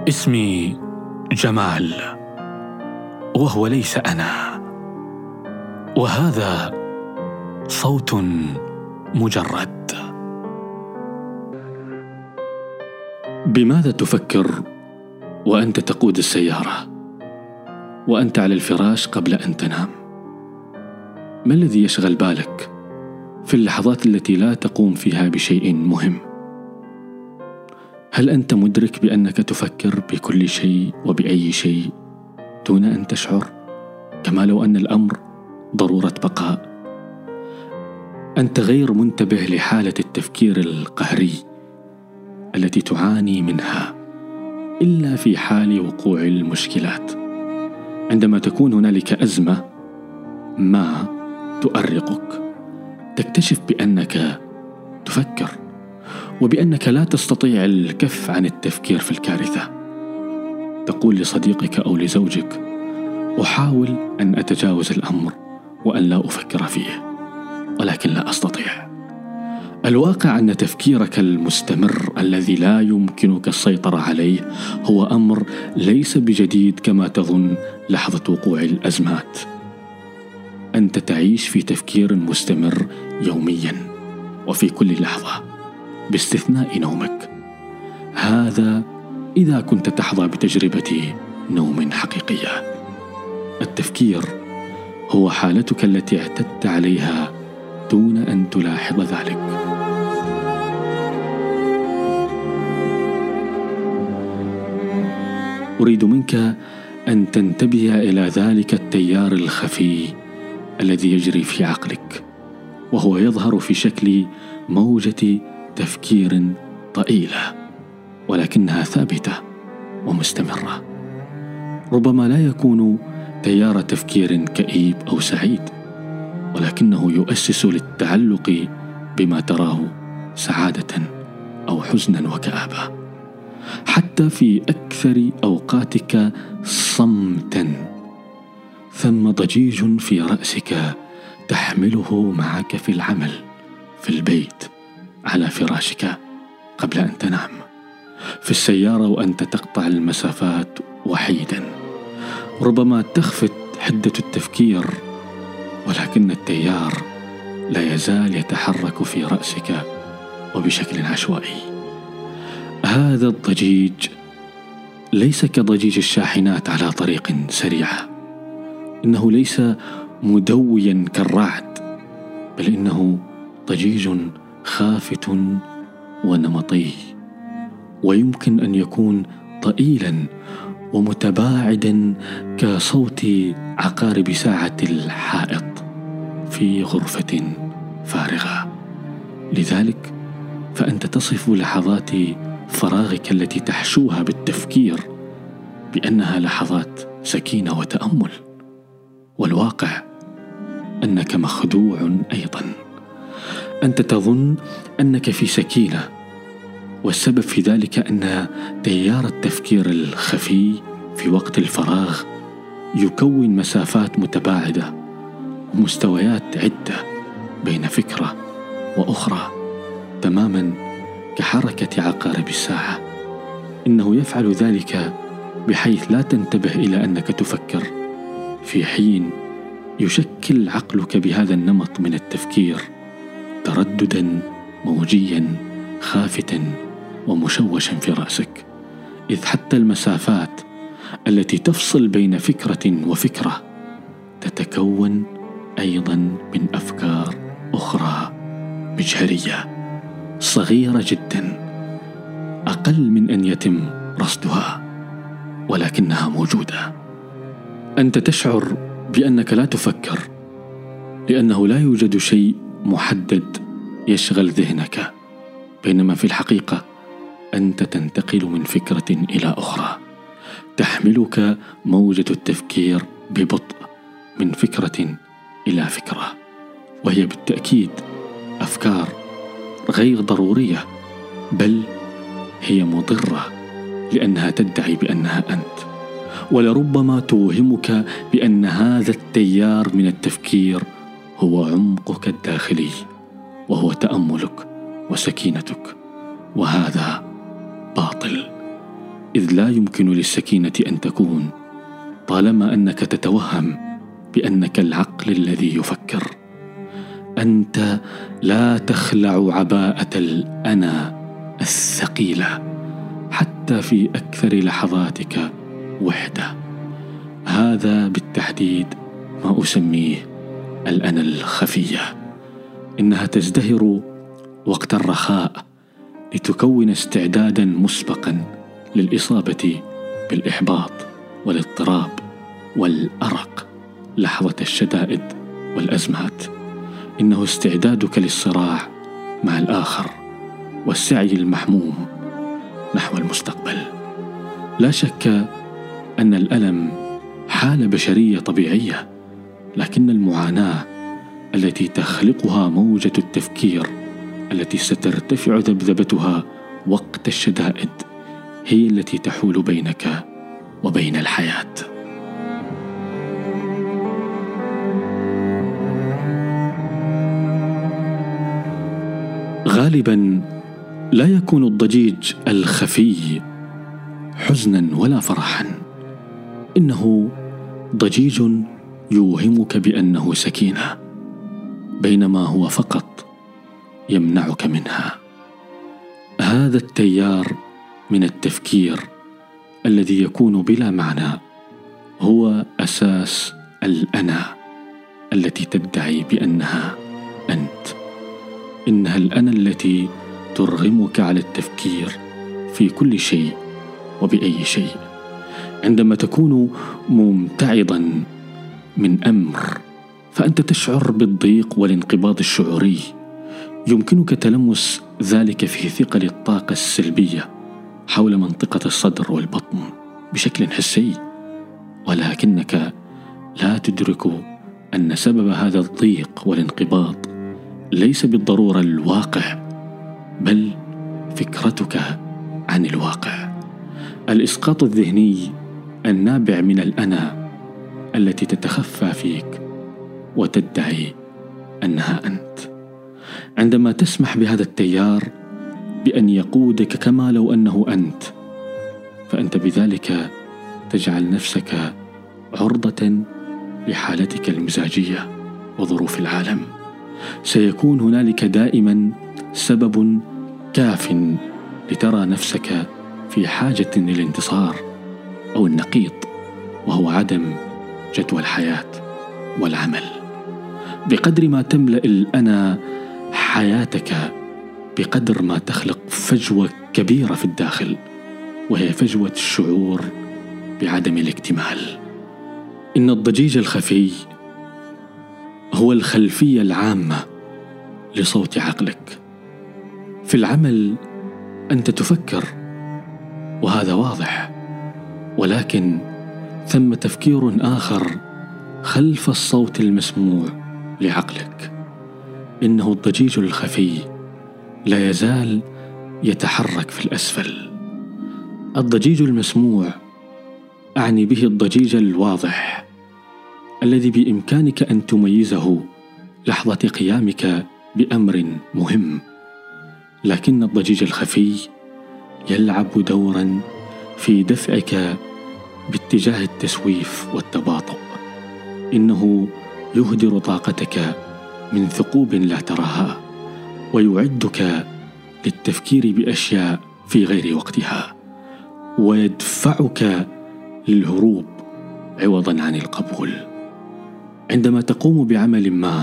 اسمي جمال، وهو ليس أنا، وهذا صوت مجرد. بماذا تفكر وأنت تقود السيارة وأنت على الفراش قبل أن تنام؟ ما الذي يشغل بالك في اللحظات التي لا تقوم فيها بشيء مهم؟ هل أنت مدرك بأنك تفكر بكل شيء وبأي شيء دون أن تشعر، كما لو أن الأمر ضرورة بقاء؟ أنت غير منتبه لحالة التفكير القهري التي تعاني منها إلا في حال وقوع المشكلات. عندما تكون هنالك أزمة ما تؤرقك، تكتشف بأنك تفكر وبأنك لا تستطيع الكف عن التفكير في الكارثة. تقول لصديقك أو لزوجك: أحاول أن أتجاوز الأمر وأن لا أفكر فيه، ولكن لا أستطيع. الواقع أن تفكيرك المستمر الذي لا يمكنك السيطرة عليه هو أمر ليس بجديد كما تظن لحظة وقوع الأزمات. أنت تعيش في تفكير مستمر يوميا وفي كل لحظة باستثناء نومك. هذا إذا كنت تحظى بتجربة نوم حقيقية. التفكير هو حالتك التي اعتدت عليها دون أن تلاحظ ذلك. أريد منك أن تنتبه إلى ذلك التيار الخفي الذي يجري في عقلك، وهو يظهر في شكل موجة تفكير ضئيلة ولكنها ثابتة ومستمرة. ربما لا يكون تيار تفكير كئيب أو سعيد، ولكنه يؤسس للتعلق بما تراه سعادة أو حزنا وكآبة. حتى في أكثر أوقاتك صمتا ثم ضجيج في رأسك تحمله معك في العمل، في البيت، على فراشك قبل أن تنام، في السيارة وأنت تقطع المسافات وحيدا. ربما تخفت حدة التفكير، ولكن التيار لا يزال يتحرك في رأسك وبشكل عشوائي. هذا الضجيج ليس كضجيج الشاحنات على طريق سريعة، إنه ليس مدويا كالرعد، بل إنه ضجيج خافت ونمطي، ويمكن أن يكون ضئيلا ومتباعدا كصوت عقارب ساعة الحائط في غرفة فارغة. لذلك فأنت تصف لحظات فراغك التي تحشوها بالتفكير بأنها لحظات سكينة وتأمل، والواقع أنك مخدوع أيضا. أنت تظن أنك في سكينة، والسبب في ذلك أن تيار التفكير الخفي في وقت الفراغ يكون مسافات متباعدة ومستويات عدة بين فكرة وأخرى، تماما كحركة عقارب الساعة. إنه يفعل ذلك بحيث لا تنتبه إلى أنك تفكر، في حين يشكل عقلك بهذا النمط من التفكير ترددا موجيا خافتا ومشوشا في رأسك، إذ حتى المسافات التي تفصل بين فكرة وفكرة تتكون أيضا من أفكار أخرى مجهرية صغيرة جدا، أقل من أن يتم رصدها، ولكنها موجودة. أنت تشعر بأنك لا تفكر لأنه لا يوجد شيء محدد يشغل ذهنك، بينما في الحقيقة أنت تنتقل من فكرة إلى أخرى، تحملك موجة التفكير ببطء من فكرة إلى فكرة، وهي بالتأكيد أفكار غير ضرورية، بل هي مضرة لأنها تدعي بأنها أنت، ولربما توهمك بأن هذا التيار من التفكير هو عمقك الداخلي، وهو تأملك وسكينتك، وهذا باطل. إذ لا يمكن للسكينة أن تكون طالما أنك تتوهم بأنك العقل الذي يفكر. أنت لا تخلع عباءة الأنا الثقيلة حتى في أكثر لحظاتك وحدة. هذا بالتحديد ما أسميه الأنا الخفية. إنها تزدهر وقت الرخاء لتكون استعدادا مسبقا للإصابة بالإحباط والاضطراب والأرق لحظة الشدائد والأزمات. إنه استعدادك للصراع مع الآخر والسعي المحموم نحو المستقبل. لا شك أن الألم حالة بشرية طبيعية، لكن المعاناة التي تخلقها موجة التفكير التي سترتفع ذبذبتها وقت الشدائد هي التي تحول بينك وبين الحياة. غالبا لا يكون الضجيج الخفي حزنا ولا فرحا، إنه ضجيج يوهمك بأنه سكينة، بينما هو فقط يمنعك منها. هذا التيار من التفكير الذي يكون بلا معنى هو أساس الأنا التي تدعي بأنها أنت. إنها الأنا التي ترغمك على التفكير في كل شيء وبأي شيء. عندما تكون ممتعضا من أمر فأنت تشعر بالضيق والانقباض الشعوري. يمكنك تلمس ذلك في ثقل الطاقة السلبية حول منطقة الصدر والبطن بشكل حسي، ولكنك لا تدرك أن سبب هذا الضيق والانقباض ليس بالضرورة الواقع، بل فكرتك عن الواقع. الإسقاط الذهني النابع من الأنا التي تتخفى فيك وتدعي أنها أنت. عندما تسمح بهذا التيار بأن يقودك كما لو أنه أنت، فأنت بذلك تجعل نفسك عرضة لحالتك المزاجية وظروف العالم. سيكون هنالك دائما سبب كاف لترى نفسك في حاجة للانتصار أو النقيض، وهو عدم جدوى الحياة والعمل. بقدر ما تملأ الأنا حياتك بقدر ما تخلق فجوة كبيرة في الداخل، وهي فجوة الشعور بعدم الاكتمال. إن الضجيج الخفي هو الخلفية العامة لصوت عقلك. في العمل أنت تفكر وهذا واضح، ولكن ثم تفكير آخر خلف الصوت المسموع لعقلك. إنه الضجيج الخفي لا يزال يتحرك في الأسفل. الضجيج المسموع أعني به الضجيج الواضح الذي بإمكانك أن تميزه لحظة قيامك بأمر مهم، لكن الضجيج الخفي يلعب دورا في دفعك باتجاه التسويف والتباطؤ. إنه يهدر طاقتك من ثقوب لا تراها، ويعدك للتفكير بأشياء في غير وقتها، ويدفعك للهروب عوضا عن القبول. عندما تقوم بعمل ما،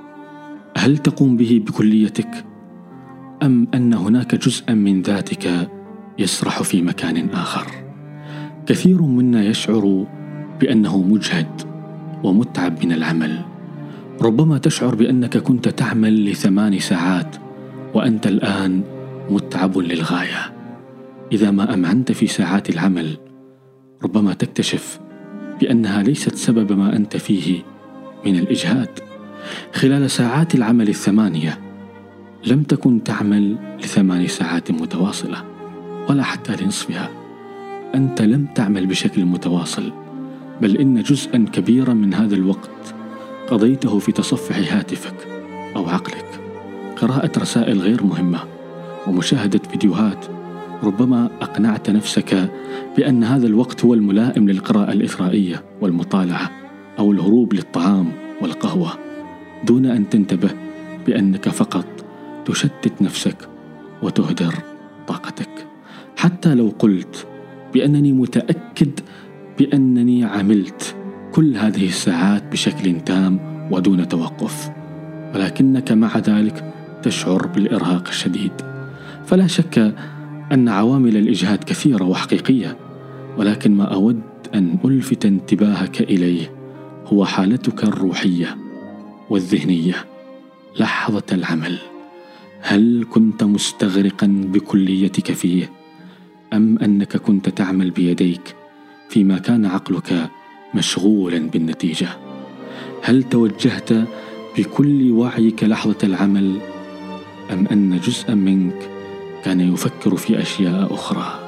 هل تقوم به بكليتك، أم أن هناك جزءا من ذاتك يسرح في مكان آخر؟ كثير منا يشعر بأنه مجهد ومتعب من العمل. ربما تشعر بأنك كنت تعمل ل8 ساعات وأنت الآن متعب للغاية. إذا ما أمعنت في ساعات العمل، ربما تكتشف بأنها ليست سبب ما أنت فيه من الإجهاد. خلال ساعات العمل 8 لم تكن تعمل ل8 ساعات متواصلة ولا حتى لنصفها. أنت لم تعمل بشكل متواصل، بل إن جزءا كبيرا من هذا الوقت قضيته في تصفح هاتفك أو عقلك، قراءة رسائل غير مهمة، ومشاهدة فيديوهات ربما أقنعت نفسك بأن هذا الوقت هو الملائم للقراءة الإثرائية والمطالعة أو الهروب للطعام والقهوة، دون أن تنتبه بأنك فقط تشتت نفسك وتهدر طاقتك. حتى لو قلت بأنني متأكد بأنني عملت كل هذه الساعات بشكل تام ودون توقف، ولكنك مع ذلك تشعر بالإرهاق الشديد. فلا شك أن عوامل الإجهاد كثيرة وحقيقية، ولكن ما أود أن ألفت انتباهك إليه هو حالتك الروحية والذهنية لحظة العمل. هل كنت مستغرقا بكليتك فيه، أم أنك كنت تعمل بيديك فيما كان عقلك مشغولا بالنتيجة؟ هل توجهت بكل وعيك لحظة العمل، أم أن جزءا منك كان يفكر في أشياء أخرى؟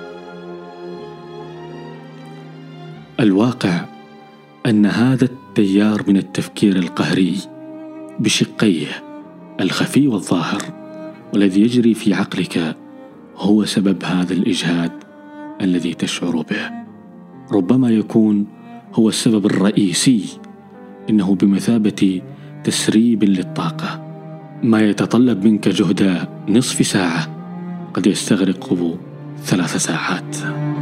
الواقع أن هذا التيار من التفكير القهري بشقيه الخفي والظاهر والذي يجري في عقلك هو سبب هذا الإجهاد الذي تشعر به. ربما يكون هو السبب الرئيسي، إنه بمثابة تسريب للطاقة. ما يتطلب منك جهد نصف ساعة قد يستغرق 3 ساعات.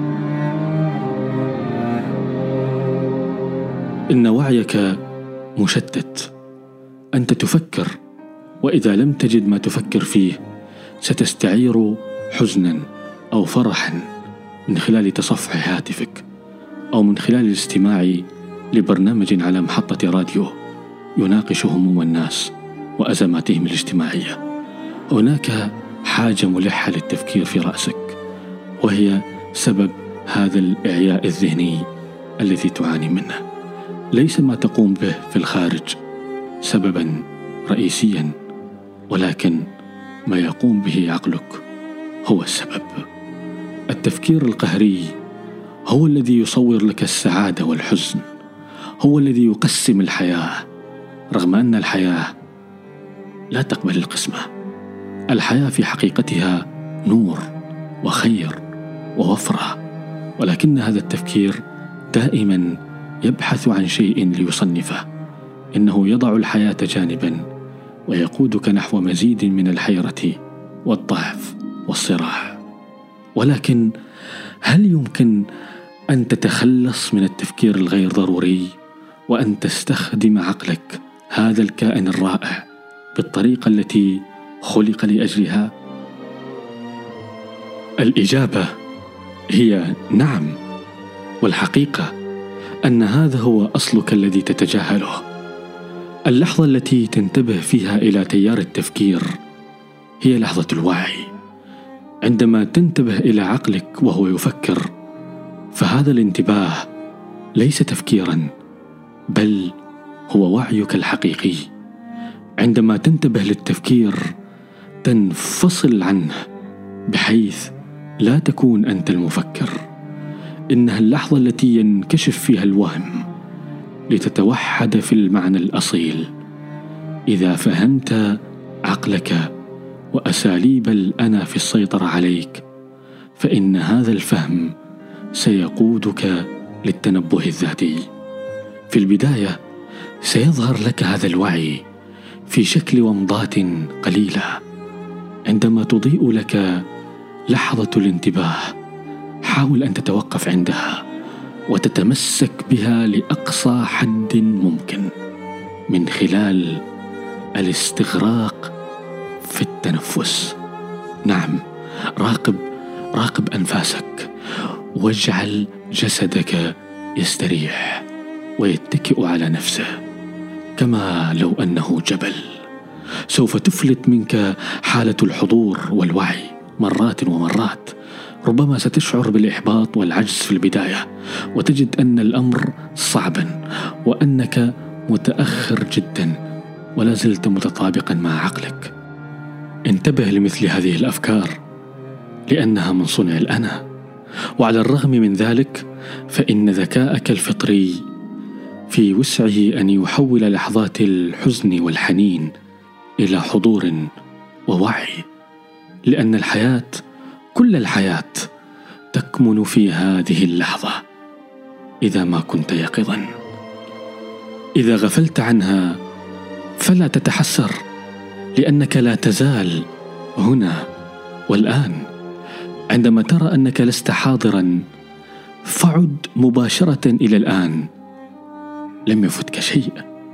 إن وعيك مشتت، أنت تفكر، وإذا لم تجد ما تفكر فيه ستستعير حزنا أو فرحا من خلال تصفح هاتفك أو من خلال الاستماع لبرنامج على محطة راديو يناقش هموم الناس وأزماتهم الاجتماعية. هناك حاجة ملحة للتفكير في رأسك، وهي سبب هذا الإعياء الذهني الذي تعاني منه. ليس ما تقوم به في الخارج سببا رئيسيا، ولكن ما يقوم به عقلك هو السبب. التفكير القهري هو الذي يصور لك السعادة والحزن، هو الذي يقسم الحياة، رغم أن الحياة لا تقبل القسمة. الحياة في حقيقتها نور وخير ووفرة، ولكن هذا التفكير دائما يبحث عن شيء ليصنفه. إنه يضع الحياة جانبا ويقودك نحو مزيد من الحيرة والضعف والصراع. ولكن هل يمكن أن تتخلص من التفكير الغير ضروري وأن تستخدم عقلك، هذا الكائن الرائع، بالطريقة التي خلق لأجلها؟ الإجابة هي نعم، والحقيقة أن هذا هو أصلك الذي تتجاهله. اللحظة التي تنتبه فيها إلى تيار التفكير هي لحظة الوعي. عندما تنتبه إلى عقلك وهو يفكر، فهذا الانتباه ليس تفكيرا، بل هو وعيك الحقيقي. عندما تنتبه للتفكير تنفصل عنه بحيث لا تكون أنت المفكر. إنها اللحظة التي ينكشف فيها الوهم لتتوحد في المعنى الأصيل. إذا فهمت عقلك وأساليب الأنا في السيطرة عليك، فإن هذا الفهم سيقودك للتنبه الذاتي. في البداية سيظهر لك هذا الوعي في شكل ومضات قليلة. عندما تضيء لك لحظة الانتباه، حاول أن تتوقف عندها وتتمسك بها لأقصى حد ممكن من خلال الاستغراق في التنفس. نعم، راقب أنفاسك، واجعل جسدك يستريح ويتكئ على نفسه كما لو أنه جبل. سوف تفلت منك حالة الحضور والوعي مرات ومرات. ربما ستشعر بالإحباط والعجز في البداية، وتجد أن الأمر صعبا وأنك متأخر جدا ولا زلت متطابقا مع عقلك. انتبه لمثل هذه الأفكار، لأنها من صنع الأنا. وعلى الرغم من ذلك فإن ذكاءك الفطري في وسعه أن يحول لحظات الحزن والحنين إلى حضور ووعي، لأن الحياة كل الحياة تكمن في هذه اللحظة إذا ما كنت يقظا. إذا غفلت عنها فلا تتحسر، لأنك لا تزال هنا والآن. عندما ترى أنك لست حاضرا فعد مباشرة إلى الآن، لم يفتك شيء.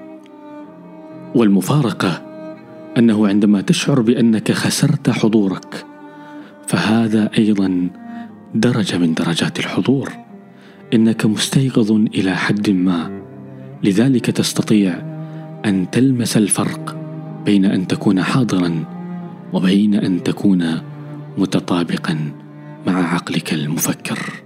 والمفارقة أنه عندما تشعر بأنك خسرت حضورك فهذا أيضا درجة من درجات الحضور، إنك مستيقظ إلى حد ما، لذلك تستطيع أن تلمس الفرق بين أن تكون حاضرا وبين أن تكون متطابقا مع عقلك المفكر.